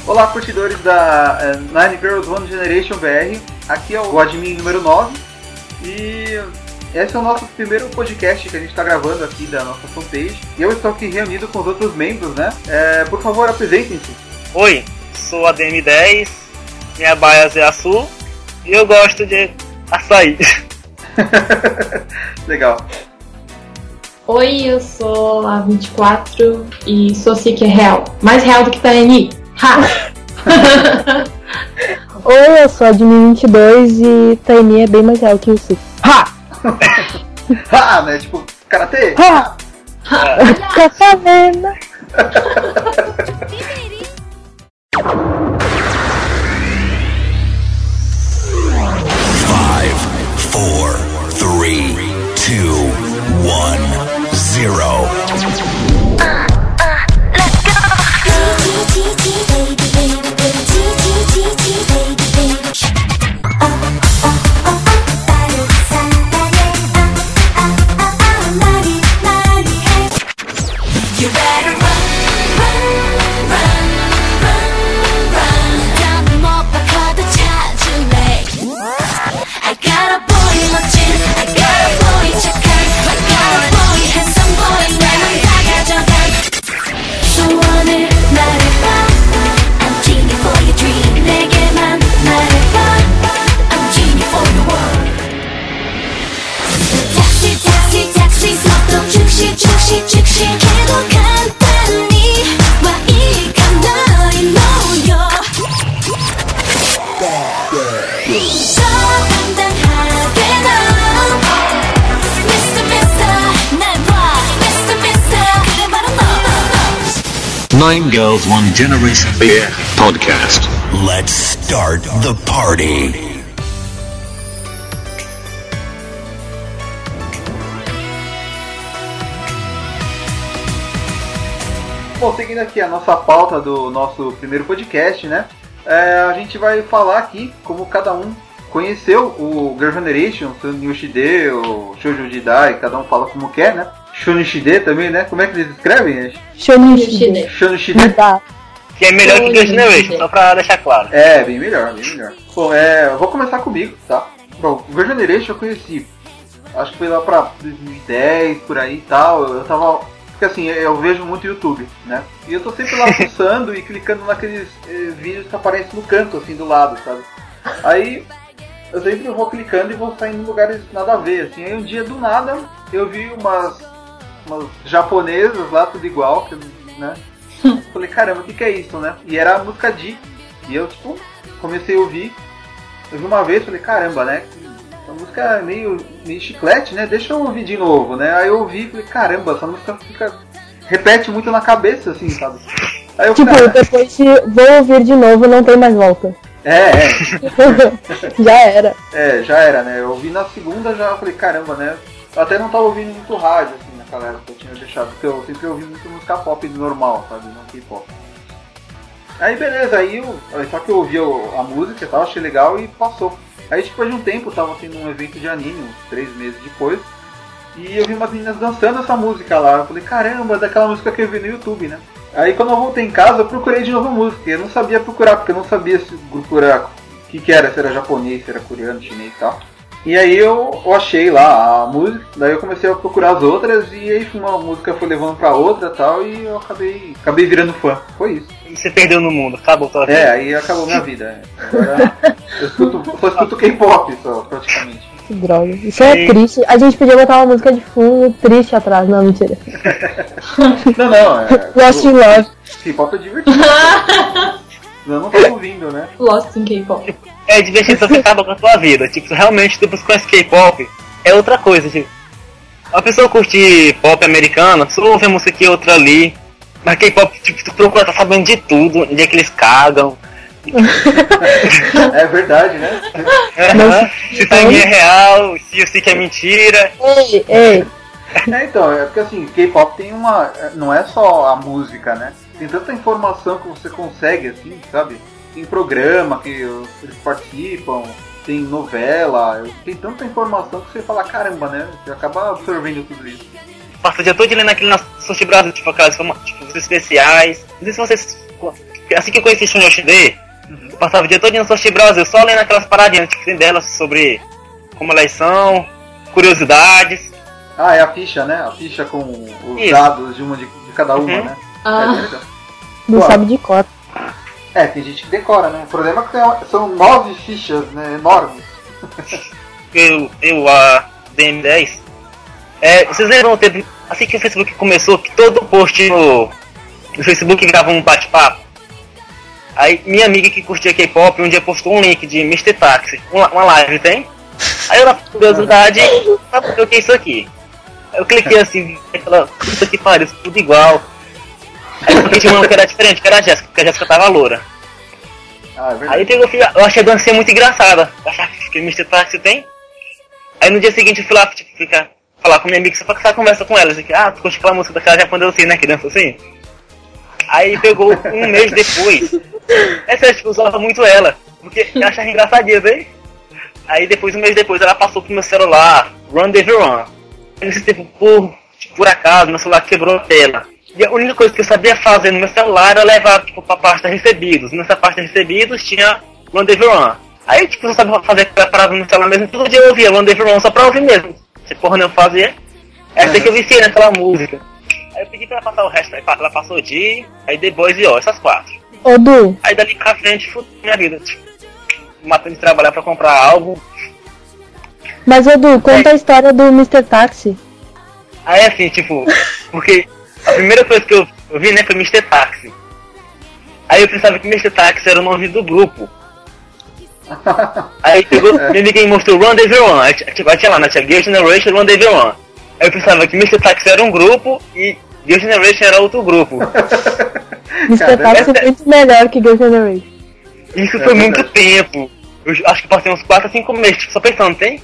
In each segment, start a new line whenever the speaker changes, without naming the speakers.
Olá, curtidores da Nine Girls One Generation BR. Aqui é o admin número 9 e esse é o nosso primeiro podcast que a gente está gravando aqui da nossa fanpage. E eu estou aqui reunido com os outros membros, né? Por favor, apresentem-se.
Oi, sou a DM10, minha bias é azul e eu gosto de açaí.
Legal.
Oi, eu sou a 24 e sou Siki real. Mais real do que Taini. Ha!
Oi, eu sou a Admin 22 e Taini é bem mais real que o Siki. Ha!
Ha, né? Tipo, karatê?
Ha! Tá sabendo?
5, 4, 3, 2, 1, 0.
Nine Girls One Generation BR Podcast.
Let's start the party.
Bom, seguindo aqui a nossa pauta do nosso primeiro podcast, né? A gente vai falar aqui como cada um conheceu o Girl Generation, o Shonishide, o Shoujo Jidai, cada um fala como quer, né? Shonishide também, né? Como é que eles escrevem?
Shonishide.
Shonishide.
Que é melhor que Girl Generation, só pra deixar claro.
É, bem melhor, bem melhor. Bom, eu vou começar comigo, tá? Bom, o Girl Generation eu conheci, acho que foi lá pra 2010, por aí e tal. Eu tava... Porque assim, eu vejo muito YouTube, né? E eu tô sempre lá pulsando e clicando naqueles vídeos que aparecem no canto, assim, do lado, sabe? Aí eu sempre vou clicando e vou saindo em lugares nada a ver, assim. Aí um dia, do nada, eu vi umas japonesas lá, tudo igual, né? Falei, caramba, o que é isso, né? E era a música Di. E eu, tipo, comecei a ouvir. Eu vi uma vez, falei, caramba, né? A música é meio chiclete, né? Deixa eu ouvir de novo, né? Aí eu ouvi e falei, caramba, essa música repete muito na cabeça, assim, sabe? Aí eu,
tipo, depois de vou ouvir de novo, não tem mais volta. Já era.
Já era, né? Eu ouvi na segunda, já falei, caramba, né? Eu até não tava ouvindo muito rádio, assim, naquela época que eu tinha deixado, porque eu sempre ouvi muito música pop normal, sabe? Não K-pop. Aí beleza, só que eu ouvi a música e tal, achei legal e passou. Aí depois de um tempo, tava tendo um evento de anime, uns 3 meses depois, e eu vi umas meninas dançando essa música lá. Eu falei, caramba, daquela música que eu vi no YouTube, né? Aí quando eu voltei em casa, eu procurei de novo a música. Eu não sabia procurar, porque eu não sabia se procurar o que era, se era japonês, se era coreano, chinês e tal. E aí eu achei lá a música, daí eu comecei a procurar as outras, e aí uma música foi levando pra outra e tal, e eu acabei virando fã. Foi isso.
E você perdeu no mundo, acabou tua vida.
Aí acabou minha vida. Agora eu só escuto K-pop, só, praticamente.
Que droga. Isso é triste. A gente podia botar uma música de fundo triste atrás. Não, mentira.
Não.
Lost in Love.
K-pop é divertido. Eu não tô ouvindo, né?
Lost in K-pop.
É divertido, você acaba com a tua vida. Tipo, realmente, depois que conhece K-pop, é outra coisa. Tipo, a pessoa curte pop americana, só ouve a música aqui e outra ali. Mas K-pop, tipo, tu procura, tá sabendo de tudo, onde é que eles cagam.
É verdade, né?
Se Taini é real, se eu sei que é mentira.
Ei.
Então, é porque assim, K-pop tem uma... Não é só a música, né? Tem tanta informação que você consegue, assim, sabe? Tem programa que eles participam, tem novela, tem tanta informação que você fala, caramba, né? Você acaba absorvendo tudo isso.
Passa o dia todo lendo aquele nosso Brasil, tipo aquelas tipo, especiais. Não sei se vocês Assim que eu conheci Shun Yoshide, eu passava o dia todo no Soshi Brasil, só lendo aquelas paradinhas tipo, delas sobre como elas são, curiosidades.
Ah, é a ficha, né? A ficha com os
Isso.
dados de cada uma, né?
Ah.
É bem legal.
Não
Pô,
sabe de cor.
tem gente que decora, né? O problema é que são 9 fichas, né? Enormes.
A DM10. Vocês lembram o tempo, assim que o Facebook começou, que todo post no Facebook virava um bate-papo? Aí minha amiga que curtia K-pop um dia postou um link de Mr. Taxi, uma live, tem? Aí eu na curiosidade, sabe o que é isso aqui? Aí eu cliquei assim, aquela puta que pariu, tudo igual. Aí eu tinha uma que era diferente, que era a Jéssica, porque a Jéssica tava loura.
Ah, é verdade.
Aí eu achei a dancinha muito engraçada. Eu achava que Mr. Taxi tem. Aí no dia seguinte eu fui lá, tipo, falar com minha amiga, só pra essa conversa com ela. Assim, tu curte aquela música daquela japonesa assim, né, que dança assim? Aí pegou um mês depois. Essa tipo, usava muito ela, porque eu achava engraçadinha, né? Aí depois, um mês depois, ela passou pro meu celular, Rendezvous Run. Nesse tempo, por acaso, meu celular quebrou a tela. E a única coisa que eu sabia fazer no meu celular era levar, tipo, pra pasta recebidos. Nessa pasta recebidos tinha Rendezvous Run. Aí, tipo, eu sabia fazer aquela parada no celular mesmo, todo dia eu ouvia Rendezvous Run só pra ouvir mesmo. Se porra não fazia. Essa que eu viciei naquela música. Aí eu pedi pra ela passar o resto, aí ela passou de, aí The Boys e ó, essas 4.
Ô, Du,
Aí dali pra frente, fudeu minha vida. Matando de trabalhar pra comprar algo.
mas ô, Du, conta a história do Mr. Taxi.
Aí assim, tipo, porque a primeira coisa que eu vi, né, foi Mr. Taxi. Aí eu pensava que Mr. Taxi era o nome do grupo. Aí pegou, minha amiga me mostrou Rendezvous Run, aí tinha lá, né, tinha Girl Generation e Rendezvous Run. Aí eu pensava que Mr. Taxi era um grupo e Girl Generation era outro grupo.
Mr. Taxi é muito melhor que Girl Generation.
Isso foi muito tempo. Eu acho que passei uns 4 a 5 meses, tipo, só pensando, tem?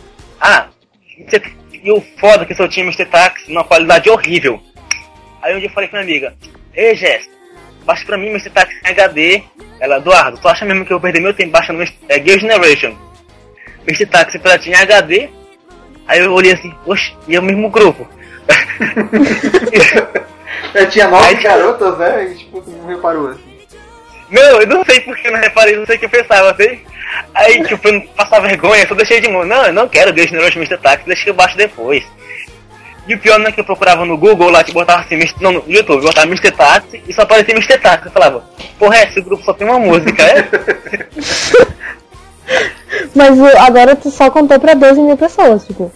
E o foda é que só tinha Mr. Taxi numa qualidade horrível. Aí um dia eu falei com minha amiga, ei Jéssica, baixa pra mim Mr. Taxi em HD. Ela, Eduardo, tu acha mesmo que eu vou perder meu tempo baixando Girl Generation? Mr. Taxi pra ti em HD? Aí eu olhei assim, oxe, e é o mesmo grupo.
Eu tinha 9 garotas, né? E tipo, não reparou assim.
Não, eu não sei porque eu não reparei, não sei o que eu pensava, assim. Aí, tipo, eu não passava vergonha, só deixei de mão. Não, eu não quero Girl Generation Mr. Taxi, deixa que eu baixo depois. E o pior não é que eu procurava no Google lá, tipo, botava assim, no YouTube, botava Mr. Taxi e só aparecia Mr. Taxi. Eu falava, porra, esse grupo só tem uma música, é?
Mas agora tu só contou pra 12 mil pessoas, tipo.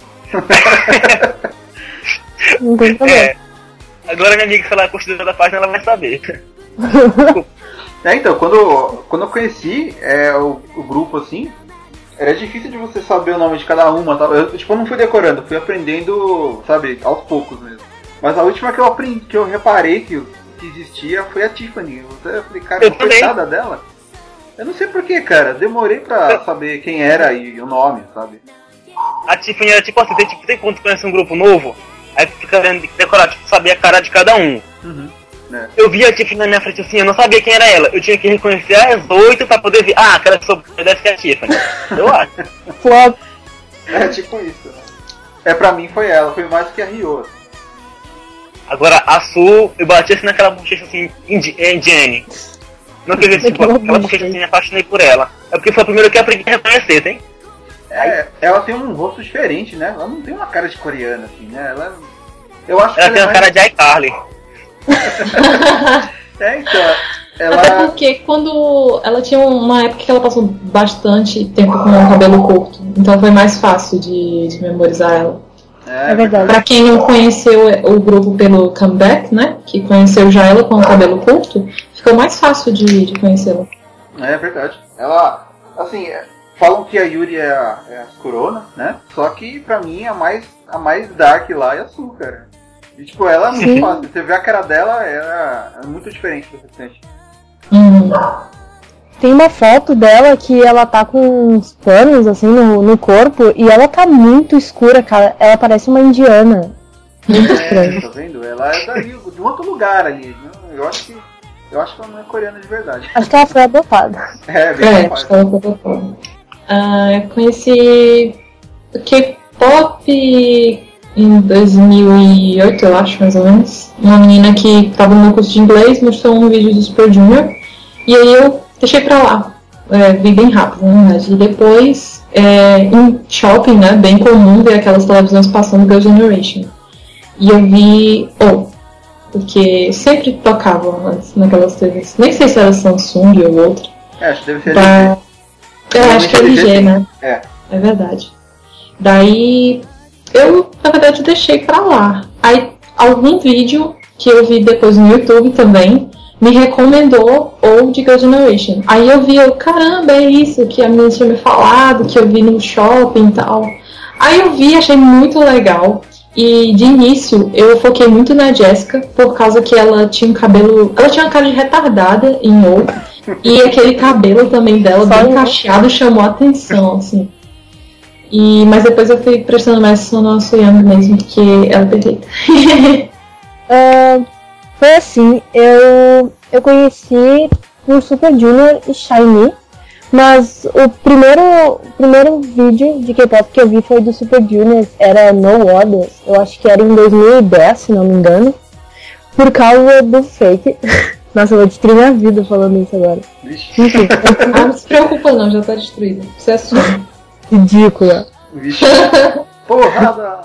Não tem problema.
Agora minha amiga, se ela é curtidora da página, ela vai saber.
Então, quando eu conheci o grupo assim, era difícil de você saber o nome de cada uma, tá? Eu não fui decorando, fui aprendendo, sabe, aos poucos mesmo. Mas a última que eu aprendi, que eu reparei que existia foi a Tiffany. Eu falei, cara, coitada dela. Eu não sei porquê, cara, demorei pra saber quem era e o nome, sabe?
A Tiffany era tipo assim, tem quando tu conhece um grupo novo, aí tu fica querendo decorar, tipo, saber a cara de cada um.
Uhum.
Eu vi a Tiffany na minha frente assim, eu não sabia quem era ela. Eu tinha que reconhecer as 8 pra poder ver. Aquela deve ser a Tiffany. Eu acho.
Flop.
É tipo isso. Pra mim foi ela, foi mais que a Ryo.
Agora a Su, eu bati assim naquela bochecha assim, Jenny. Não quer dizer, tipo, aquela bochecha assim, me apaixonei por ela. É porque foi a primeira que eu aprendi a reconhecer, tem?
Ela tem um rosto diferente, né? Ela não tem uma cara de coreana, assim, né? Eu acho
ela tem uma cara de iCarly.
Então, ela...
Até porque quando ela tinha uma época que ela passou bastante tempo com o cabelo curto, então foi mais fácil de memorizar ela.
É verdade.
Pra quem não conheceu o grupo pelo Comeback, né, que conheceu já ela com o cabelo curto, ficou mais fácil de conhecê-la.
É verdade. Ela, assim, falam que a Yuri é a Kurona, né? Só que pra mim a mais dark lá é a Su, cara. E tipo, ela é muito fácil. Você vê a cara dela, ela é muito diferente do restante.
Tem uma foto dela que ela tá com uns panos assim no corpo e ela tá muito escura, cara. Ela parece uma indiana. Muito estranho.
Tá vendo? Ela é de um outro lugar ali. Eu acho que ela não é coreana de verdade.
Acho que ela foi adotada.
Bem
acho que ela foi adotada. Eu conheci o K-pop em 2008, eu acho, mais ou menos. Uma menina que estava no meu curso de inglês mostrou um vídeo do Super Junior E aí eu deixei pra lá. Vi bem rápido, na verdade. E depois, em shopping, né, bem comum ver aquelas televisões passando Girl Generation. E eu vi... porque sempre tocavam antes naquelas TVs. Nem sei se era Samsung ou outra.
Acho que deve ser LG.
Acho que é LG, né? É verdade. Daí, eu, na verdade, deixei pra lá. Aí, algum vídeo que eu vi depois no YouTube também me recomendou Old Girl Generation. Aí eu vi, caramba, é isso que a menina tinha me falado, que eu vi no shopping e tal. Aí eu vi, achei muito legal. E de início eu foquei muito na Jessica, por causa que ela tinha um cabelo. Ela tinha uma cara de retardada em Old. E aquele cabelo também dela, bem cacheado, chamou a atenção, assim. Mas depois eu fui prestando mais atenção no Soyang mesmo, porque ela é perfeita.
Foi assim, eu conheci o Super Junior e SHINee, mas o primeiro vídeo de K-pop que eu vi foi do Super Junior, era No Others, eu acho que era em 2010, se não me engano, por causa do Fake. Nossa, eu vou destruir minha vida falando isso agora.
Vixe.
Não se preocupa não, já tá destruído. Você assume.
Ridícula.
Vixe. Porrada!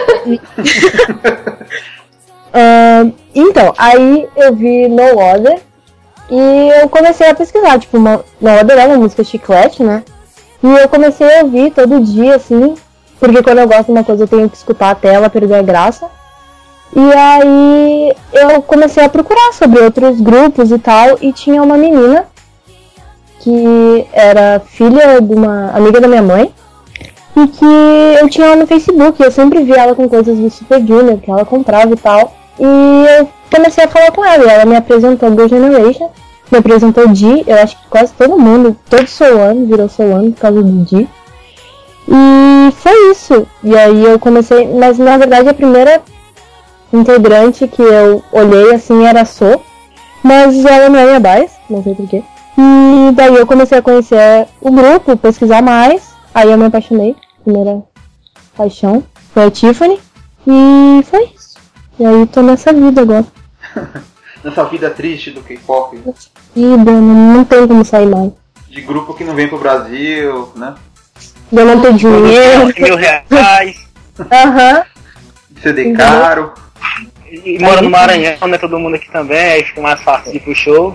Então, aí eu vi No Other e eu comecei a pesquisar, tipo, No Other é uma música chiclete, né? E eu comecei a ouvir todo dia, assim, porque quando eu gosto de uma coisa eu tenho que escutar até ela perder a graça. E aí eu comecei a procurar sobre outros grupos e tal, e tinha uma menina que era filha de uma amiga da minha mãe, e que eu tinha ela no Facebook, eu sempre via ela com coisas do Super Junior, que ela comprava e tal, e eu comecei a falar com ela, e ela me apresentou Girl Generation, me apresentou G, eu acho que quase todo mundo, todo Solan virou Solan por causa do G, e foi isso, e aí eu comecei, mas na verdade a primeira integrante que eu olhei assim era a So, mas ela não é minha bias, não sei porquê. E daí eu comecei a conhecer o grupo, pesquisar mais, aí eu me apaixonei, primeira paixão foi a Tiffany, e foi isso. E aí tô nessa vida agora.
Nessa vida triste do K-pop.
Vida, não tem como sair mais.
De grupo que não vem pro Brasil, né?
Eu não tenho dinheiro.
R$1.000.
Aham.
CD caro.
E mora no Maranhão, né? Todo mundo aqui também, aí fica mais fácil de ir pro show.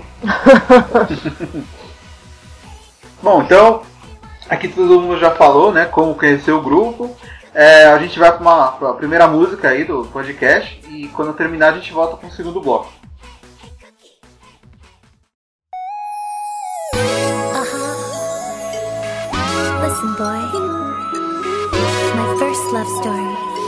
Bom, então, aqui todo mundo já falou, né? Como conhecer o grupo. A gente vai pra primeira música aí do podcast e quando terminar a gente volta com o segundo bloco.
Listen, boy, my first love story.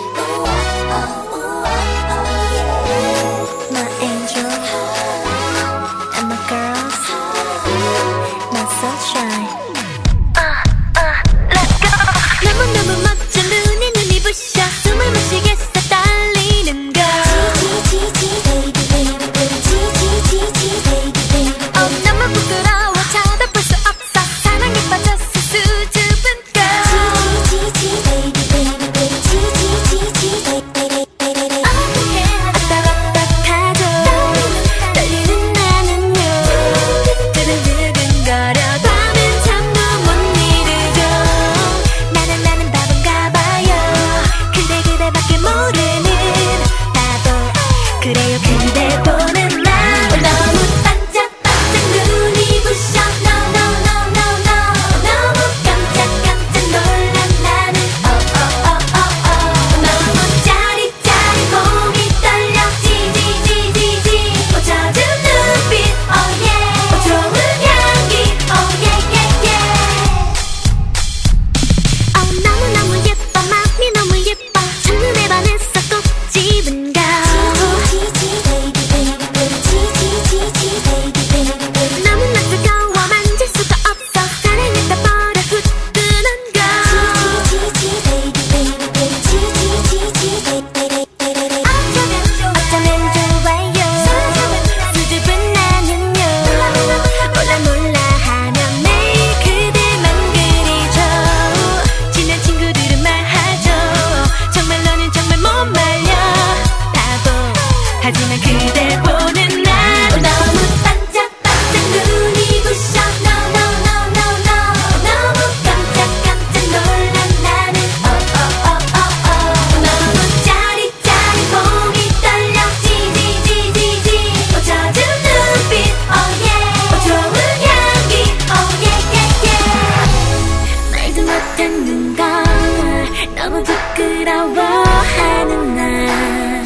My angel and my girls, my sunshine. Let's go. 너무너무 멋져 눈이 부셔 숨을 못 쉬겠어 떨리는 걸. Baby, baby, baby, baby. 너무 부끄러워 쳐다볼 수 없어 사랑에 빠졌어 수줍은 girl. Baby, baby, baby. 부끄러워하는 난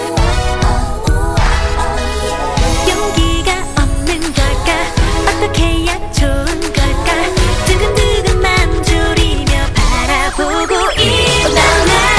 용기가 없는 걸까 어떻게 해야 좋은 걸까 두근두근만 졸이며 바라보고 있는 난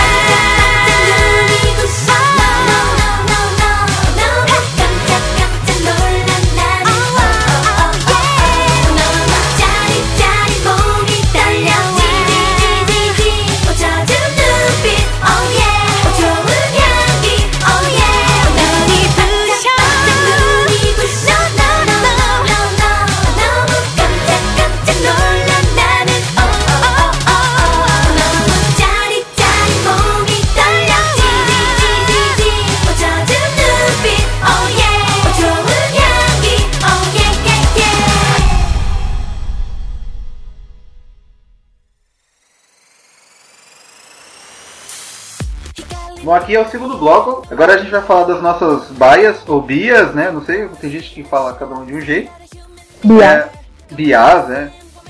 Bom, aqui é o segundo bloco. Agora a gente vai falar das nossas baias, ou bias, né? Não sei, tem gente que fala cada um de um jeito.
Bia.
Bias, né?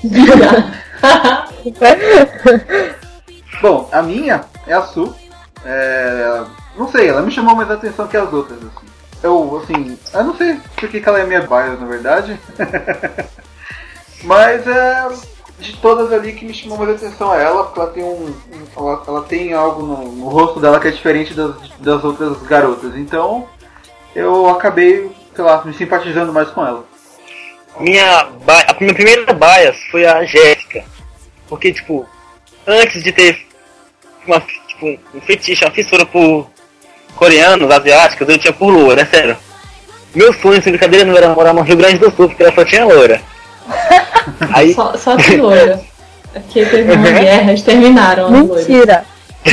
Bom, a minha é a Su. Não sei, ela me chamou mais atenção que as outras, assim. Eu não sei porque que ela é minha bias, na verdade. Mas de todas ali que me chamou mais atenção a ela, porque ela tem ela tem algo no rosto dela que é diferente das outras garotas. Então eu acabei, sei lá, me simpatizando mais com ela.
A minha primeira bias foi a Jéssica. Porque, tipo, antes de ter um fetiche, uma fissura por coreanos, asiáticos, eu tinha por loura, é sério. Meu sonho, sem brincadeira, não era morar no Rio Grande do Sul, porque ela só tinha loura. Aí...
Só de loira. Aqui teve uma guerra, eles terminaram.
Mentira!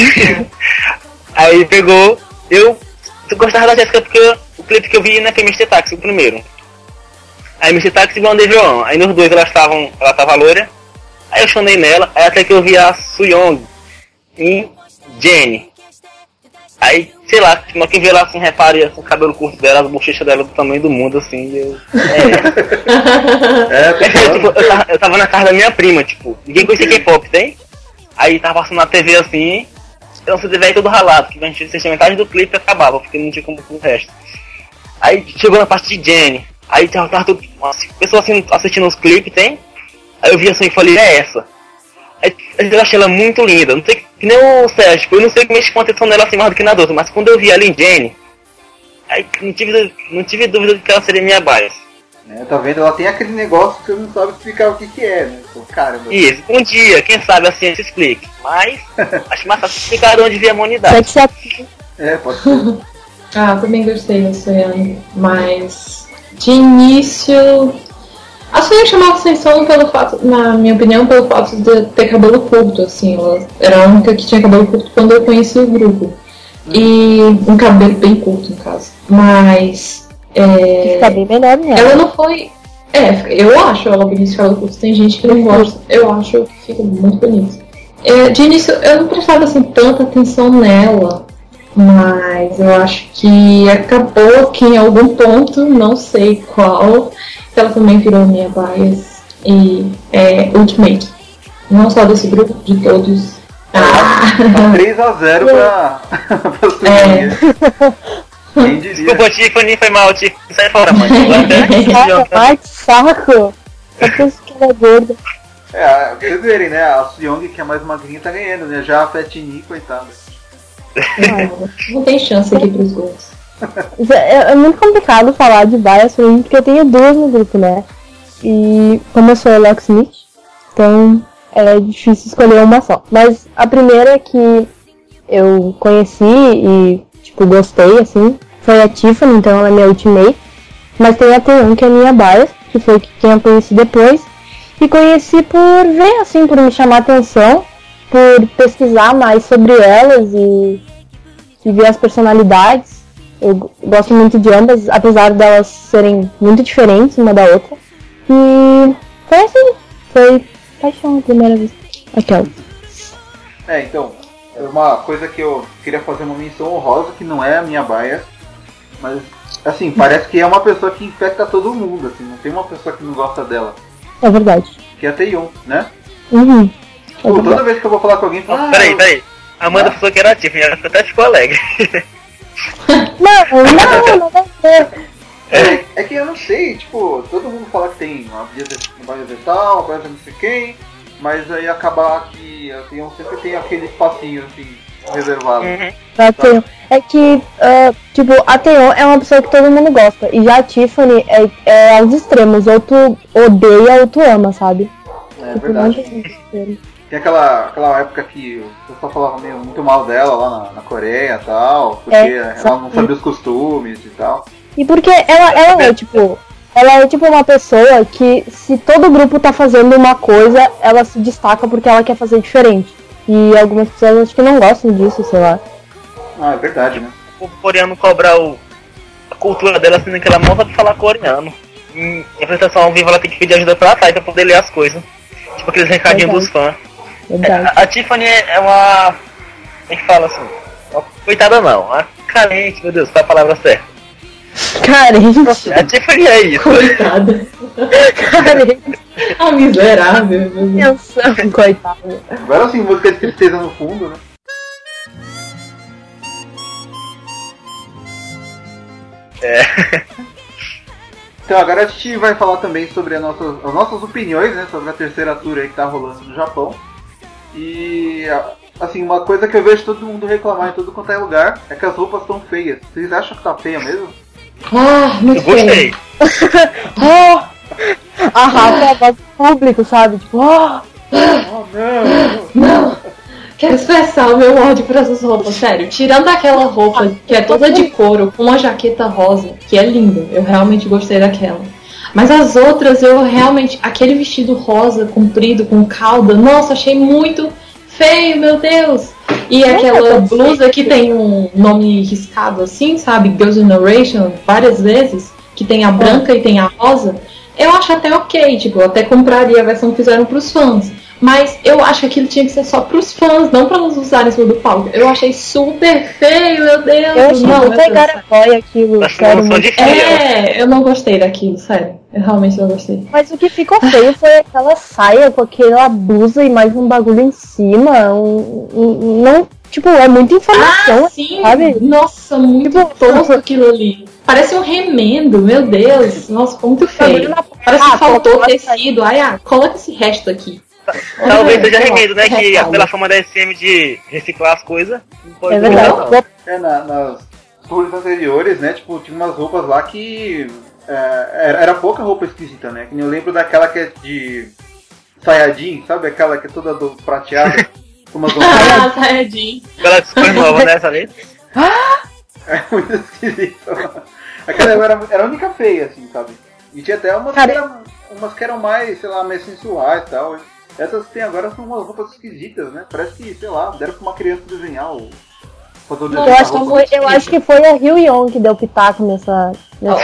Aí pegou. Eu gostava da Jéssica porque o clipe que eu vi foi Mr. Taxi, o primeiro. Aí Mr. Taxi e Blonde João. Aí nos dois ela tava loira. Aí eu chonei nela, aí até que eu vi a Suyong em Jenny. Aí, sei lá, quem vê lá assim, repare assim, o cabelo curto dela, as bochechas dela do tamanho do mundo, assim, e eu... eu tava na casa da minha prima, tipo, ninguém conhecia K-pop, tem? Aí tava passando na TV assim, eu não sei velho todo ralado, porque a gente assistia metade do clipe e acabava, porque não tinha como o resto. Aí chegou na parte de Jenny, aí tava tudo, pessoas assim, assistindo os clipes, tem? Aí eu vi assim e falei, é essa. Aí eu achei ela muito linda, não sei que nem o Sérgio, tipo, eu não sei como mexer com a atenção dela assim mais do que na outra, mas quando eu vi ela em Jenny, aí não tive dúvida de que ela seria minha bias.
Tá vendo? Ela tem aquele negócio que eu não sabe explicar o que é, né? Caramba.
Isso, um dia, quem sabe a ciência explique, mas acho mais fácil explicar onde vem a humanidade.
Pode ser.
Eu também gostei da Soyeon, mas de início... A Soyeon chamava atenção pelo fato, na minha opinião, pelo fato de ter cabelo curto, assim. Ela era a única que tinha cabelo curto quando eu conheci o grupo. E um cabelo bem curto, no caso. Mas...
Fica bem melhor nela.
Ela não foi... eu acho ela bonita de cabelo curto. Tem gente que não gosta. Eu acho que fica muito bonito. De início, eu não prestava assim, tanta atenção nela. Mas eu acho que acabou que em algum ponto, não sei qual... Ela também virou minha bias e Ultimate. Não só desse grupo, de todos.
3-0 pra Soyeon. Quem diria?
Desculpa, Tiffany, foi mal, Tiffany. Sai fora, mãe.
Ai, que saco! Só penso que ela é gorda.
Pra vocês verem, né? A Suyong, que é mais magrinha, tá ganhando, né? Já a Fatini, coitada.
Não tem chance aqui pros gols.
É muito complicado falar de bias pra mim, porque eu tenho duas no grupo, né? E como eu sou locksmith, então é difícil escolher uma só. Mas a primeira que eu conheci e, tipo, gostei, assim, foi a Tiffany, então ela é minha ultimate. Mas tem a T1, que é minha bias, que foi quem eu conheci depois. E conheci por ver, assim, por me chamar a atenção, por pesquisar mais sobre elas e ver as personalidades. Eu gosto muito de ambas, apesar delas serem muito diferentes uma da outra. E foi assim, foi paixão a primeira vez. Aquela.
Então, uma coisa que eu queria fazer uma menção honrosa, que não é a minha bias, mas, assim, parece que é uma pessoa que infecta todo mundo, assim, não tem uma pessoa que não gosta dela.
É verdade.
Que é a Taeyeon, né?
Uhum.
Tipo, toda vez que eu vou falar com alguém, fala...
Peraí. A mãe da pessoa que era a Tiffany, ela até ficou alegre.
Não.
É que eu não sei, tipo, todo mundo fala que tem uma base vegetal, uma base não sei quem, mas aí acabar que a Taeyeon sempre tem aquele espacinho assim, reservado.
É que, tipo, a Taeyeon é uma pessoa que todo mundo gosta, e já a Tiffany é aos extremos, ou tu odeia ou tu ama, sabe?
É verdade. Tem aquela época que o pessoal falava muito mal dela lá na Coreia e tal, porque ela não sabia os costumes e tal.
E porque ela é tipo uma pessoa que, se todo grupo tá fazendo uma coisa, ela se destaca porque ela quer fazer diferente. E algumas pessoas acho que não gostam disso, sei lá.
Ah, é verdade, né?
O coreano cobra a cultura dela, sendo que ela não sabe falar coreano. Em apresentação ao vivo ela tem que pedir ajuda pra trás pra poder ler as coisas. Tipo aqueles recadinhos dos fãs. A Tiffany é uma... Como é que fala assim? Uma coitada não, uma carente, meu Deus, qual é a palavra certa?
Carente.
A Tiffany é isso.
Coitada.
Carente.
A miserável, meu Deus.
Coitada.
Agora sim, música de tristeza no fundo, né? Então agora a gente vai falar também sobre as nossas opiniões, né, sobre a terceira tour aí que tá rolando no Japão. E assim, uma coisa que eu vejo todo mundo reclamar em tudo quanto é lugar é que as roupas estão feias. Vocês acham que tá feia mesmo?
Muito
eu gostei.
A Rafa é a voz do público, sabe? Tipo,
não. Quero expressar o meu ódio por essas roupas, sério. Tirando aquela roupa que é toda de couro, com uma jaqueta rosa, que é linda, eu realmente gostei daquela. Mas as outras, eu realmente... Aquele vestido rosa, comprido, com cauda, nossa, achei muito feio, meu Deus! E aquela blusa que tem um nome riscado assim, sabe? Girls' Generation, várias vezes, que tem a branca e tem a rosa, eu acho até ok, tipo, eu até compraria a versão que fizeram pros fãs. Mas eu acho que aquilo tinha que ser só pros fãs, não pra elas usarem em cima do palco. Eu achei super feio, meu Deus.
Eu achei muito garapóia aquilo, sério.
Eu não gostei daquilo, sério. Eu realmente não gostei.
Mas o que ficou feio foi aquela saia com aquela blusa e mais um bagulho em cima. Não, tipo, é muita informação,
sim.
Sabe?
Nossa, muito tosco aquilo ali. Parece um remendo, meu Deus. Nossa, ficou muito feio. Parece que faltou tecido. Coloca esse resto aqui.
Talvez seja remendo, né? Que pela fama da SM de reciclar as coisas.
É verdade.
Nas tours anteriores, né? Tipo, tinha umas roupas lá que era pouca roupa esquisita, né? Que eu lembro daquela que é de Sayajin, sabe? Aquela que é toda prateada.
Sayajin.
Aquela super nova, né? Essa vez?
É muito esquisita. Aquela era a única feia, assim, sabe? E tinha até umas que eram mais, sei lá, mais sensuais e tal. Essas que tem agora são umas roupas esquisitas, né? Parece que, sei lá, deram pra uma criança desenhar o...
Eu acho que foi a Hyo-yeon que deu pitaco nessa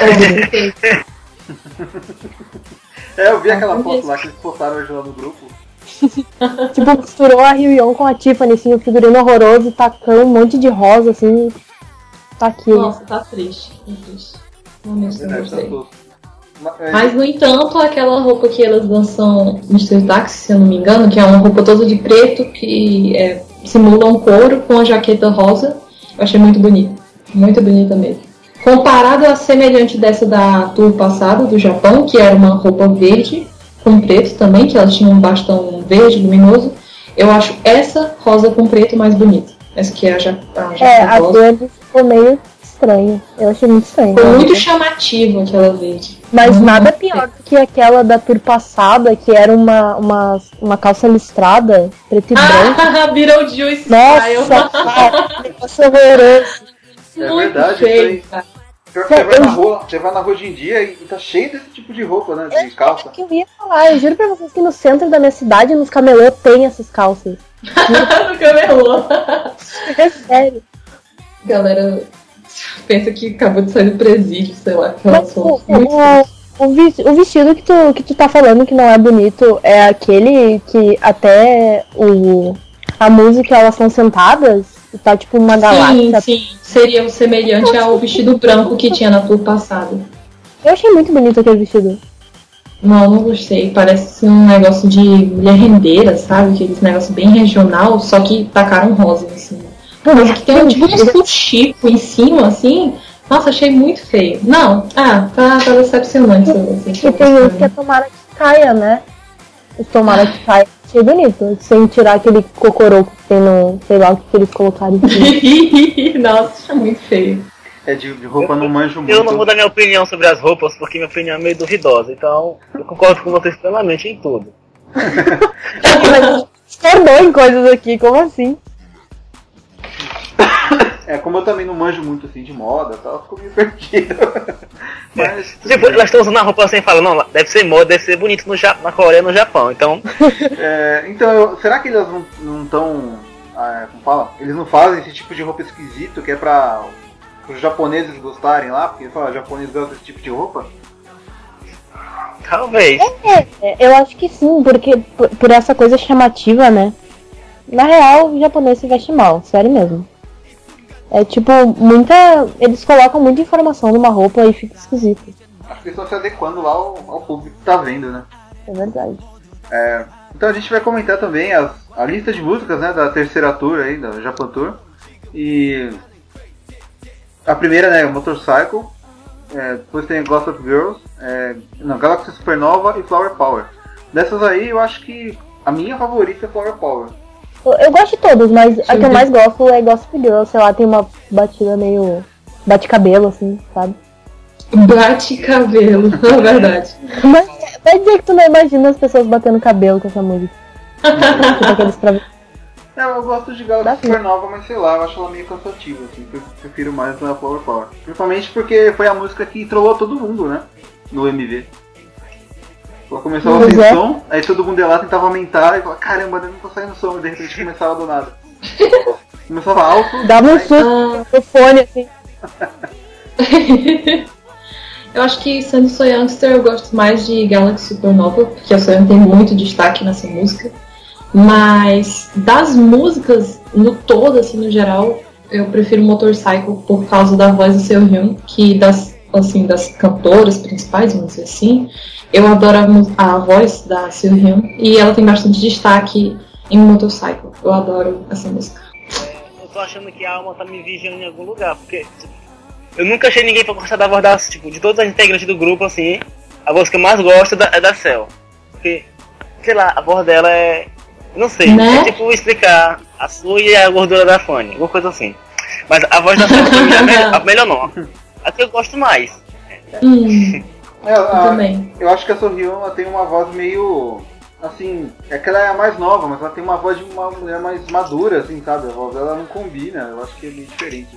eu vi aquela foto lá que eles postaram hoje lá no grupo.
Tipo, misturou a Hyo-yeon com a Tiffany, assim, o figurino horroroso, tacando um monte de rosa, assim. Tá aqui.
Nossa, tá triste. Tá triste. Realmente não gostei. Mas, no entanto, aquela roupa que elas dançam no Mr. Taxi, se eu não me engano, que é uma roupa toda de preto, que simula um couro com a jaqueta rosa, eu achei muito bonita. Muito bonita mesmo. Comparado à semelhante dessa da tour passada, do Japão, que era uma roupa verde com preto também, que elas tinham um bastão verde luminoso, eu acho essa rosa com preto mais bonita. Essa que é a jaqueta rosa.
A verde ficou meio estranho. Eu achei muito estranho.
Foi muito chamativo aquela verde.
Mas nada pior do que aquela da tour passada, que era uma calça listrada, preto e branco.
Beetlejuice.
Nossa, negócio horroroso.
É verdade, feio, isso aí. Você vai na rua hoje em dia e tá cheio desse tipo de roupa, né? De calça.
É que eu ia falar, eu juro pra vocês que no centro da minha cidade, nos camelô, tem essas calças.
No camelô.
É sério.
Galera pensa que acabou de sair do presídio, sei lá.
Mas o vestido que tu tá falando que não é bonito é aquele que até a música elas são sentadas e tá tipo uma galáxia.
Sim, seria o semelhante ao vestido branco que tinha na tour passada.
Eu achei muito bonito aquele vestido.
Não gostei. Parece um negócio de mulher rendeira, sabe? Aqueles negócio bem regional, só que tacaram rosa em cima. Mas que tem tipo um chico em cima, assim. Nossa, achei muito feio. Não, tá decepcionante.
E tem uns que é tomara que caia, né? Os tomara que caia. Achei bonito. Sem tirar aquele cocoroco que tem no... Sei lá o que eles colocaram aqui.
Nossa, é muito feio.
De roupa não manjo muito.
Eu não vou dar minha opinião sobre as roupas, porque minha opinião é meio duvidosa. Então, eu concordo com vocês plenamente em tudo.
Discordou em coisas aqui, como assim?
Como eu também não manjo muito assim de moda e tal, ficou meio perdido. Mas,
tipo, elas estão usando a roupa assim e falam, não, deve ser moda, deve ser bonito na Coreia e no Japão, então...
será que eles não estão... como fala? Eles não fazem esse tipo de roupa esquisito que é pra os japoneses gostarem lá? Porque fala, japonês gosta desse tipo de roupa?
Talvez.
Eu acho que sim, porque por essa coisa chamativa, né? Na real, o japonês se veste mal, sério mesmo. É tipo, eles colocam muita informação numa roupa e fica esquisito.
Acho que eles estão se adequando lá ao público que tá vendo, né?
É verdade.
Então a gente vai comentar também a lista de músicas, né, da terceira tour aí, da Japan Tour. E a primeira, né, Motorcycle. Depois tem Gossip Girls, Galaxy Supernova e Flower Power. Dessas aí, eu acho que a minha favorita é Flower Power.
Eu gosto de todas, mas a que eu mais gosto é Gossip Girl. Sei lá, tem uma batida meio... bate-cabelo, assim, sabe?
Bate-cabelo, é verdade.
Mas vai dizer que tu não imagina as pessoas batendo cabelo com essa música.
Eu gosto de Galaxy Supernova, mas sei lá, eu acho ela meio cansativa, assim. Eu prefiro mais a Flower Power. Principalmente porque foi a música que trollou todo mundo, né? No MV. Ela começou sem som, aí todo mundo ia lá, tentava aumentar e falava, caramba, não tô saindo som, e de repente começava do nada. Começava alto.
Dava um susto no fone, assim.
Eu acho que, sendo So Youngster, eu gosto mais de Galaxy Supernova, porque a So Young tem muito destaque nessa música. Mas das músicas, no todo, assim, no geral, eu prefiro Motorcycle por causa da voz do Seo-hyun, que das cantoras principais, vamos dizer assim, eu adoro a voz da Seo-hyun e ela tem bastante destaque em Motorcycle. Eu adoro essa música.
Eu tô achando que a alma tá me vigiando em algum lugar, porque eu nunca achei ninguém pra gostar da voz da, tipo, de todas as integrantes do grupo, assim, a voz que eu mais gosto é da Cell. Porque, sei lá, a voz dela é... Não sei,
né?
É tipo explicar a sua e a gordura da Fanny, alguma coisa assim. Mas a voz da Cell é melhor não. A que eu gosto mais.
Também.
Eu acho que a Seo-hyun tem uma voz meio... Assim, é que ela é a mais nova, mas ela tem uma voz de uma mulher mais madura, assim, sabe? A voz dela não combina, eu acho que é meio diferente.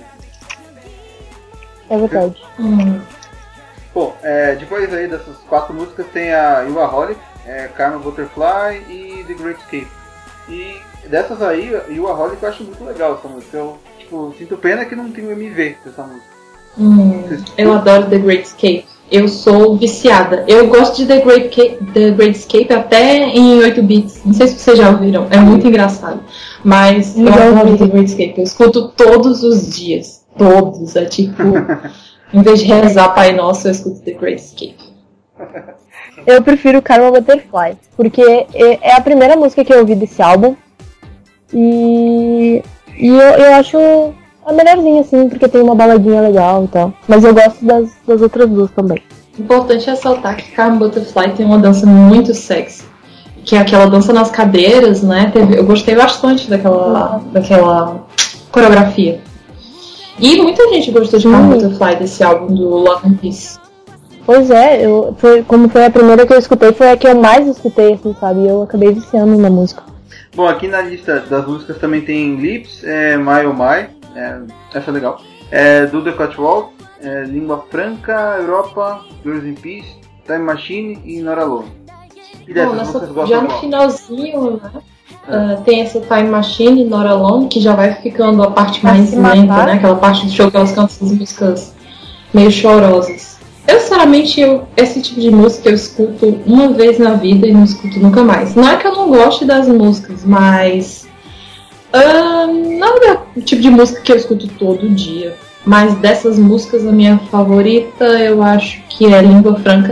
É verdade.
Bom, depois aí dessas 4 músicas tem a Yuaholic, Karma Butterfly e The Great Escape. E dessas aí, Yuaholic eu acho muito legal essa música. Eu sinto pena que não tem um MV dessa música.
Eu adoro The Great Escape. Eu sou viciada. Eu gosto de The Great Escape até em 8 bits. Não sei se vocês já ouviram. É muito engraçado. Mas eu adoro The Great Escape. Eu escuto todos os dias. Todos. É tipo... em vez de rezar Pai Nosso, eu escuto The Great Escape.
Eu prefiro Karma Butterfly. Porque é a primeira música que eu ouvi desse álbum. E eu acho... a melhorzinha, assim, porque tem uma baladinha legal e tal. Mas eu gosto das outras duas também.
Importante ressaltar que Karma Butterfly tem uma dança muito sexy. Que é aquela dança nas cadeiras, né? Eu gostei bastante daquela coreografia. E muita gente gostou de Karma Butterfly, desse álbum do Love and Peace.
Pois é, como foi a primeira que eu escutei, foi a que eu mais escutei, assim, sabe? E eu acabei viciando na música.
Bom, aqui na lista das músicas também tem Lips, My Oh My. Essa é legal. Do The Cutwall, Língua Franca, Europa, Girls in Peace, Time Machine e Not Alone. E dessas vocês gostam
já no finalzinho, né? Tem essa Time Machine e Not Alone, que já vai ficando a parte mais lenta, né? Aquela parte do show que elas cantam essas músicas meio chorosas. Eu, sinceramente, esse tipo de música eu escuto uma vez na vida e não escuto nunca mais. Não é que eu não goste das músicas, mas... não é o tipo de música que eu escuto todo dia. Mas dessas músicas, a minha favorita eu acho que é Língua Franca.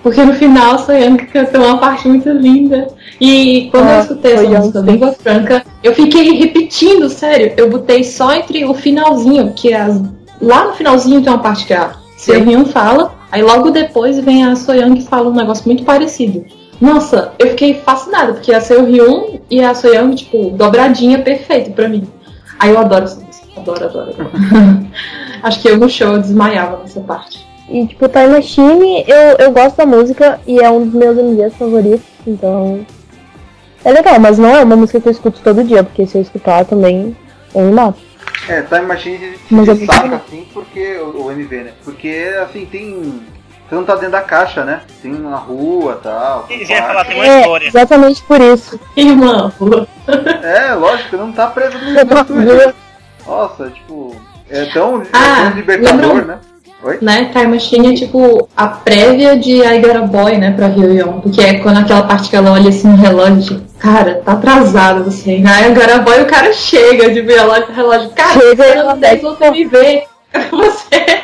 Porque no final a Soyoung cantou uma parte muito linda. E quando eu escutei essa música Língua Franca, eu fiquei repetindo, sério. Eu botei só entre o finalzinho, que lá no finalzinho tem uma parte que a Seohyun fala, aí logo depois vem a Soyoung que fala um negócio muito parecido. Nossa, eu fiquei fascinada, porque a Seohyun e a Soyoung, tipo, dobradinha perfeito pra mim. Aí eu adoro essa música, adoro. Acho que eu no show eu desmaiava nessa parte.
E tipo, Time Machine, eu gosto da música e é um dos meus MVs favoritos, então é legal, mas não é uma música que eu escuto todo dia, porque se eu escutar também eu me mato.
Time Machine se saca assim, porque o MV, né? Porque assim, você não tá dentro da caixa, né? Tem uma rua e tal.
Você ia falar, tem uma história.
Exatamente por isso.
Irmã,
lógico, não tá preso no estúdio. Nossa, tipo, é tão libertador, né? Oi?
Né? Time Machine é tipo a prévia de I Got a Boy, né, pra Hyoyeon, porque é quando aquela parte que ela olha assim no relógio, cara, tá atrasado você, né? I Got a Boy, o cara chega de ver o relógio, cara, chega, 10 você me vê, você.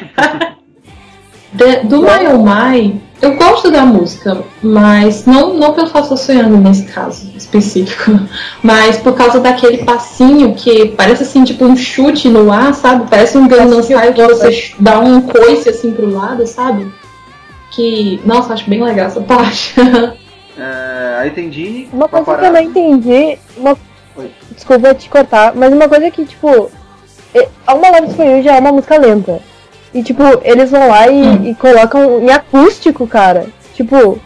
Do My Oh My, eu gosto da música, mas não pelo fato de eu sonhando nesse caso específico, mas por causa daquele passinho que parece assim, tipo um chute no ar, sabe? Parece um Gangnam Style que você dá um coice assim pro lado, sabe? Que, nossa, acho bem legal essa parte.
Aí tem Genie.
Uma coisa que eu não entendi, desculpa te cortar, mas uma coisa que, tipo, Uma Love For You já é uma música lenta. E, tipo, eles vão lá e colocam em acústico, cara. Tipo...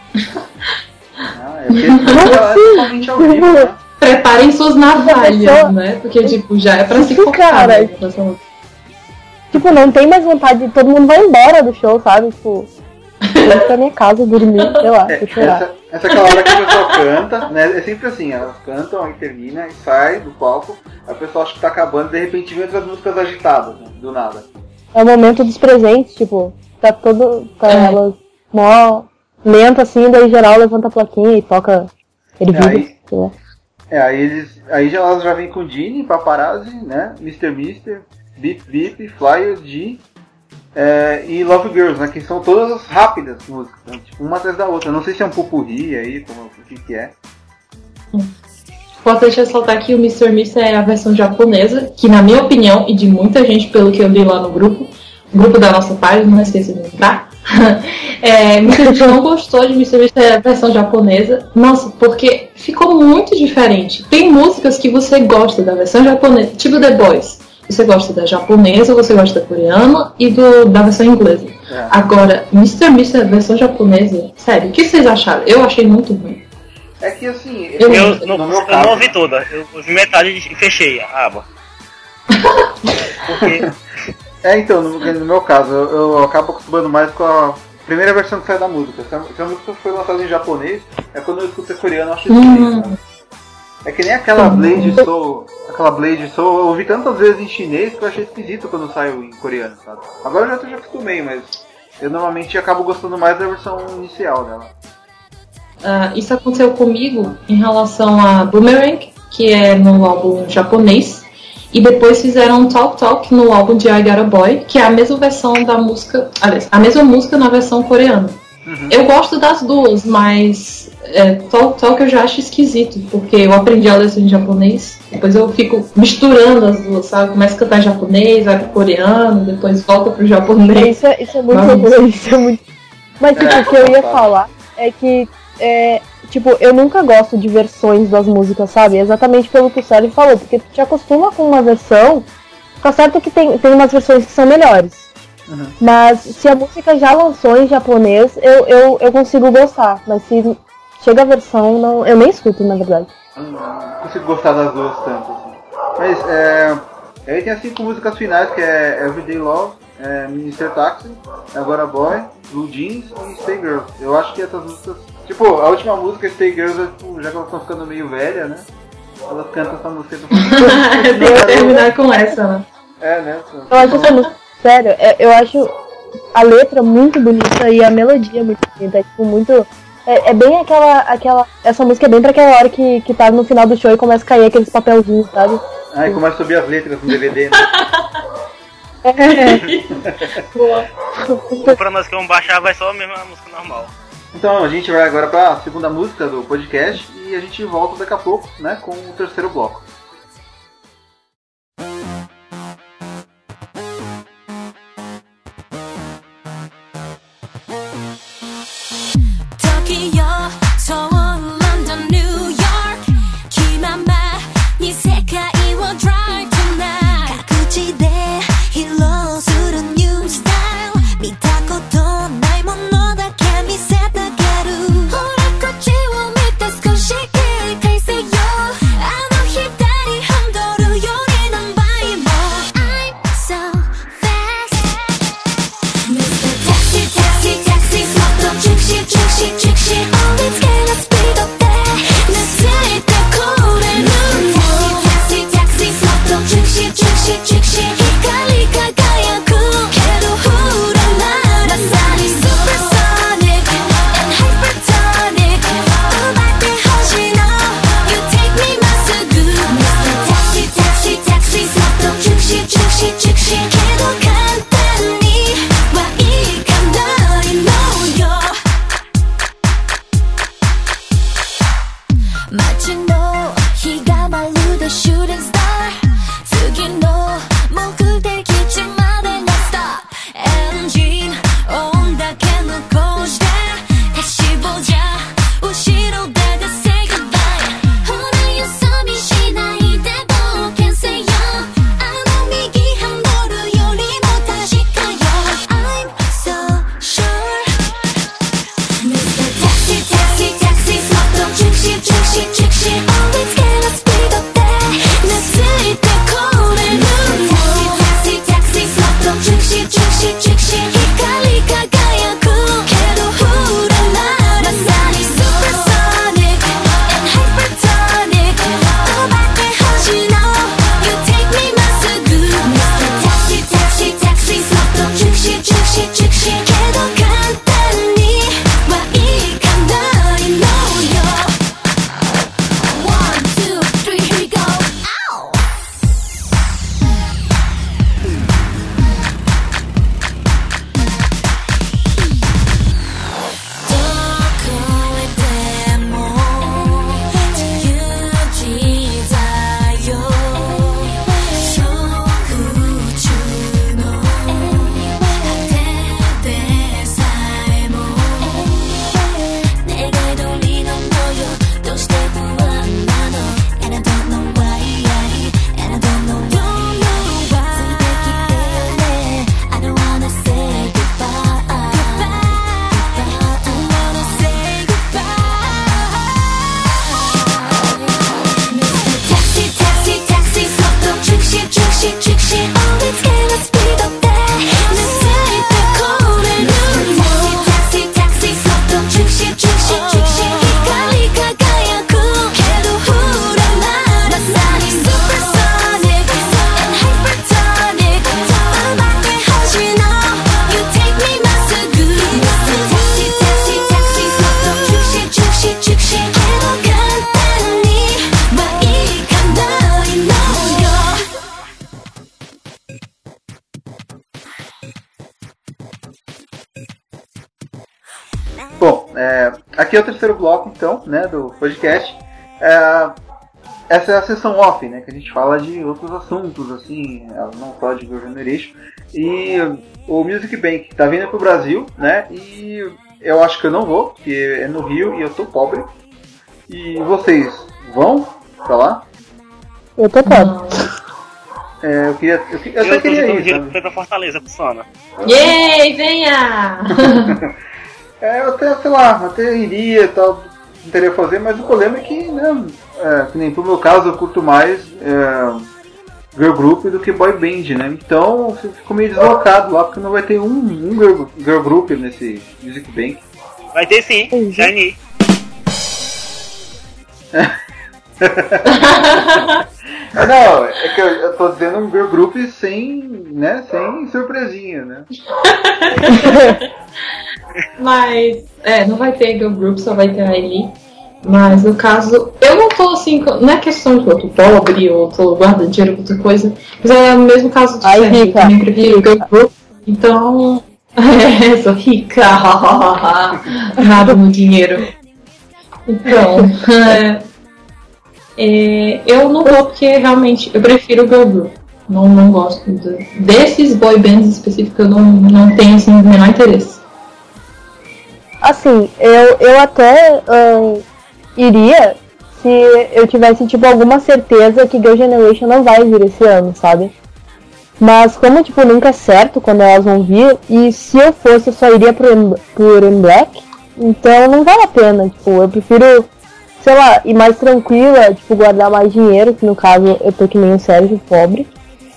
Preparem suas navalhas, né? Porque, tipo, já é pra se focar.
Cara, tipo, não tem mais vontade. Todo mundo vai embora do show, sabe? Tipo, eu vou pra minha casa dormir, sei lá, chorar.
Essa é aquela hora que a pessoa canta, né? É sempre assim, elas cantam, aí termina e sai do palco. A pessoa acha que tá acabando e de repente vem outras músicas agitadas, né? Do nada.
É o momento dos presentes, tipo, tá elas mó lenta assim, daí geral levanta a plaquinha e toca Ervilha.
Aí elas já vêm com Genie, Paparazzi, né? Mr. Beep Beep, Flyer, G e Love Girls, né? Que são todas rápidas músicas, né? Tipo, uma atrás da outra. Não sei se é um pupurri aí, o que é.
Importante ressaltar que o Mr. é a versão japonesa, que na minha opinião, e de muita gente pelo que eu li lá no grupo da nossa página, não esqueça de entrar, muita gente não gostou de Mr. a versão japonesa. Nossa, porque ficou muito diferente. Tem músicas que você gosta da versão japonesa, tipo The Boys. Você gosta da japonesa, você gosta da coreana e da versão inglesa. Agora, Mr. a versão japonesa, sério, o que vocês acharam? Eu achei muito ruim.
É que assim,
eu não ouvi toda, eu ouvi metade e fechei a aba. Porque...
então, no meu caso, eu acabo acostumando mais com a primeira versão que sai da música. Se a música foi lançada em japonês, quando eu escuto coreano, eu acho esquisito. É que nem aquela Blade Soul, eu ouvi tantas vezes em chinês que eu achei esquisito quando saiu em coreano, sabe? Agora eu já acostumei, mas eu normalmente acabo gostando mais da versão inicial dela.
Isso aconteceu comigo em relação a Boomerang, que é no álbum japonês, e depois fizeram Talk Talk no álbum de I Got a Boy, que é a mesma versão da música, aliás, a mesma música na versão coreana. Eu gosto das duas, mas Talk Talk eu já acho esquisito, porque eu aprendi a letra em japonês, depois eu fico misturando as duas, sabe? Começo a cantar em japonês, vai pro coreano, depois volta pro japonês.
Isso é muito bom, isso é muito... Mas tipo, o que eu ia falar é que tipo, eu nunca gosto de versões das músicas, sabe? Exatamente pelo que o Sérgio falou, porque tu te acostuma com uma versão, tá certo que tem umas versões que são melhores. Mas se a música já lançou em japonês, eu consigo gostar. Mas se chega a versão, não, eu nem escuto, na verdade.
Não consigo gostar das duas tanto, assim. Mas aí tem as 5 músicas finais, que é Everyday Love, Mr. Taxi, Agora Boy, Blue Jeans e Stay Girl. Eu acho que essas músicas... Tipo, a última música, Stay Girls, já que elas estão ficando meio velhas, né? Elas cantam essa música.
Tem que terminar com essa, né?
Né?
Eu acho essa música, sério, eu acho a letra muito bonita e a melodia muito bonita. É tipo, muito... É bem aquela... Essa música é bem pra aquela hora que tá no final do show e começa a cair aqueles papelzinhos, sabe?
E começa a subir as letras no DVD, né?
Pra nós que vamos baixar, vai só a mesma música normal.
Então a gente vai agora para a segunda música do podcast e a gente volta daqui a pouco, né, com o terceiro bloco. Aqui é o terceiro bloco, então, né, do podcast. Essa é a sessão off, né, que a gente fala de outros assuntos, assim, não só de Girl Generation. E o Music Bank tá vindo pro Brasil, né, e eu acho que eu não vou, porque é no Rio e eu tô pobre. E vocês vão pra lá?
Eu tô pobre.
Eu só queria ir.
Eu fui pra Fortaleza, funciona.
Yay, venha!
Eu até, sei lá, até iria e tal, tentaria fazer, mas o problema é que, né, que nem pro meu caso, eu curto mais girl group do que boy band, né? Então eu fico meio deslocado lá, porque não vai ter um girl group nesse Music Bank.
Vai ter sim, Shiny.
Não, é que eu tô dizendo um girl group sem surpresinha, né?
Mas, não vai ter girl group, só vai ter a Ellie. Mas no caso, eu não tô assim, não é questão de eu tô pobre ou tô guardando dinheiro pra outra coisa, mas é o mesmo caso de sempre, eu também prefiro girl group. Então, Sou rica. Nada no dinheiro. Então, eu não vou porque realmente eu prefiro o girl group. Não gosto desses boy bands específicos, eu não tenho assim, o menor interesse.
Assim, eu até iria se eu tivesse tipo alguma certeza que Girl Generation não vai vir esse ano, sabe? Mas como tipo nunca é certo quando elas vão vir, e se eu fosse eu só iria por M Black, então não vale a pena, tipo, eu prefiro, sei lá, ir mais tranquila, tipo, guardar mais dinheiro, que no caso eu tô que nem o Sérgio, pobre,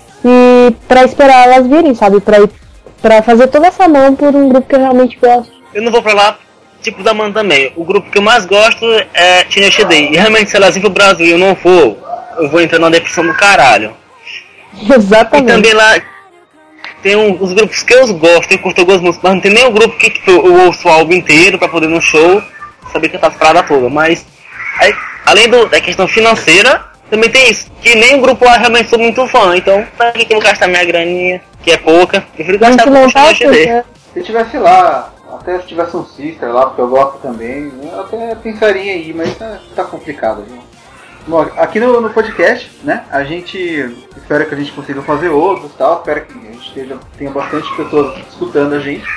e pra esperar elas virem, sabe? Pra fazer toda essa mão por um grupo que eu realmente gosto.
Eu não vou pra lá, tipo da Amanda também. O grupo que eu mais gosto é Teenage D. E realmente, se elas virem pro Brasil e eu não for, eu vou entrar numa depressão do caralho.
Exatamente.
E também lá tem os grupos que eu gosto, eu curto algumas músicas, mas não tem nem um grupo que tipo, eu ouço o álbum inteiro pra poder ir no show, saber cantar as paradas todas. Mas, aí, além da questão financeira, também tem isso, que nem o grupo lá realmente sou muito fã, então pra que eu vou gastar minha graninha, que é pouca, eu prefiro gastar com o CD.
Se tivesse lá, até se tivesse um Sister lá, porque eu gosto também, eu até pensaria aí, mas tá complicado, viu? Bom, aqui no podcast, né, a gente espera que a gente consiga fazer outros, tal, espero que a gente tenha bastante pessoas escutando a gente.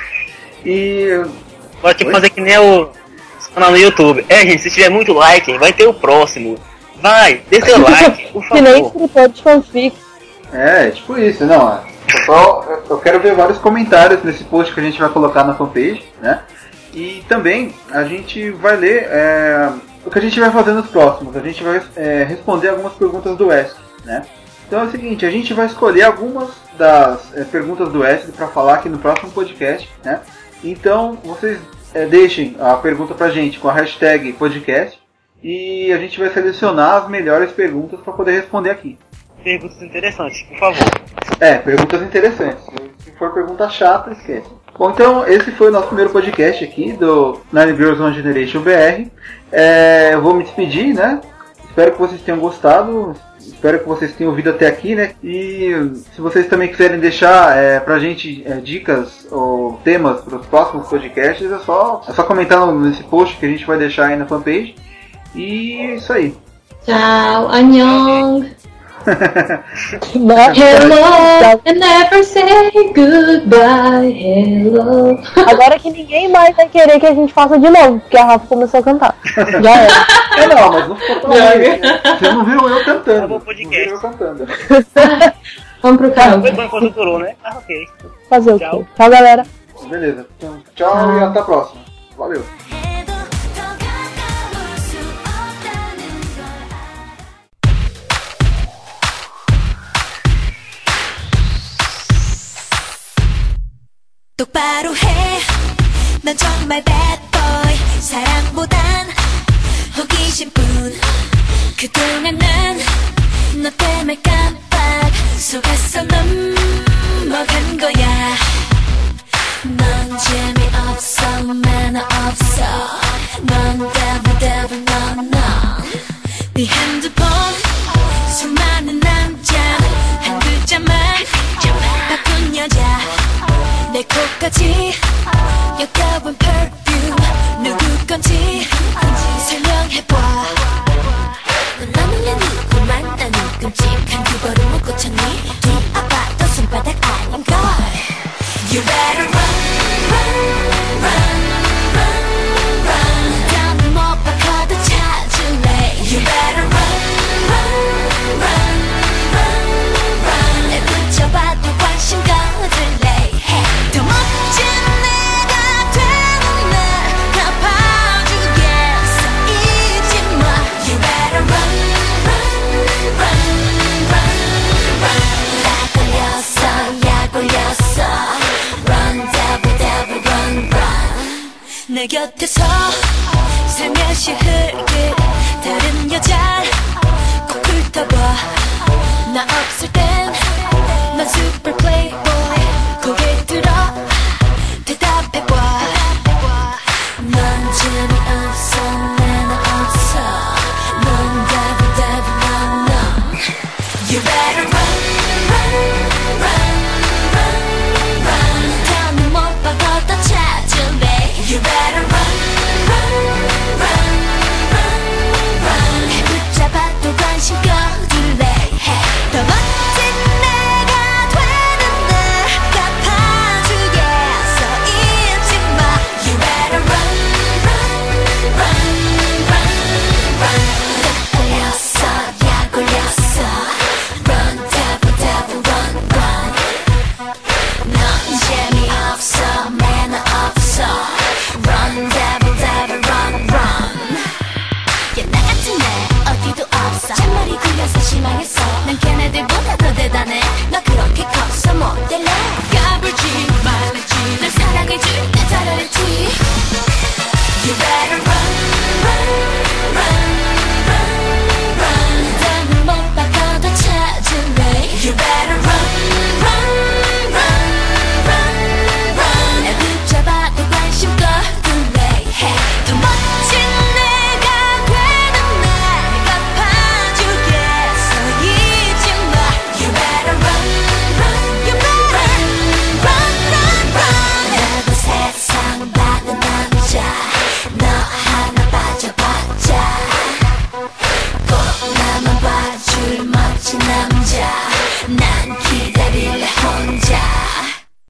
E
pode tipo fazer que nem o canal no YouTube. Gente, se tiver muito like, vai ter o próximo. Vai, dê seu like, por favor.
Que nem escritor de fanfic.
Tipo isso, não. Pessoal, eu quero ver vários comentários nesse post que a gente vai colocar na fanpage, né? E também a gente vai ler o que a gente vai fazer nos próximos. A gente vai responder algumas perguntas do Wesley, né? Então é o seguinte, a gente vai escolher algumas das perguntas do Wesley para falar aqui no próximo podcast, né? Então vocês deixem a pergunta pra gente com a hashtag podcast e a gente vai selecionar as melhores perguntas para poder responder aqui.
Perguntas interessantes, por favor.
Perguntas interessantes. Se for pergunta chata, esquece. Bom, então esse foi o nosso primeiro podcast aqui do Nine Girls One Generation BR. Eu vou me despedir, né? Espero que vocês tenham gostado. Espero que vocês tenham ouvido até aqui, né? E se vocês também quiserem deixar pra gente dicas ou temas para os próximos podcasts, é só comentar nesse post que a gente vai deixar aí na fanpage. E é isso aí.
Tchau, annyeong. Hello, and never say goodbye, hello.
Agora que ninguém mais vai querer que a gente faça de novo, porque a Rafa começou a cantar. Já é.
Não, mas não ficou tão ruim. Você não viu eu cantando.
Não viu
eu cantando.
Vamos pro carro.
Foi bom enquanto durou, né? Ok.
Fazer o quê? Tchau, galera.
Beleza. Então, tchau e até a próxima. Valeu.
똑바로 해, 넌 정말 bad boy. 사랑보단 호기심뿐. 그동안 난 너 때문에 깜빡 속았어 넘어간 거야. 넌 재미없어, 매너 없어. 넌 devil, 네 핸드폰 수많은 남자 한 글자만 바꾼 여자. 내 코까지 역겨운 perfume 누구 건지 설명해봐. 넌 너무나 누구 만나니 끔찍한 두 걸음 못 고쳤니. 뒤아파도 손바닥 아닌걸. You better run 더는 못 바꿔도 찾을래. You better run 내 붙여봐도 관심 가질래. 더 멋진 내가 되는 날 갚아주겠어. 잊지 마. You better run 약 올렸어. Run devil run. 내 곁에서 살며시 흘길 다른 여자 꼭 훑어봐. 나 없을 땐 넌 super playboy. 고개 들어 대답해봐. 넌 재미없어, 매너 없어. 넌 devil, no. You better run 더는 못 박아 You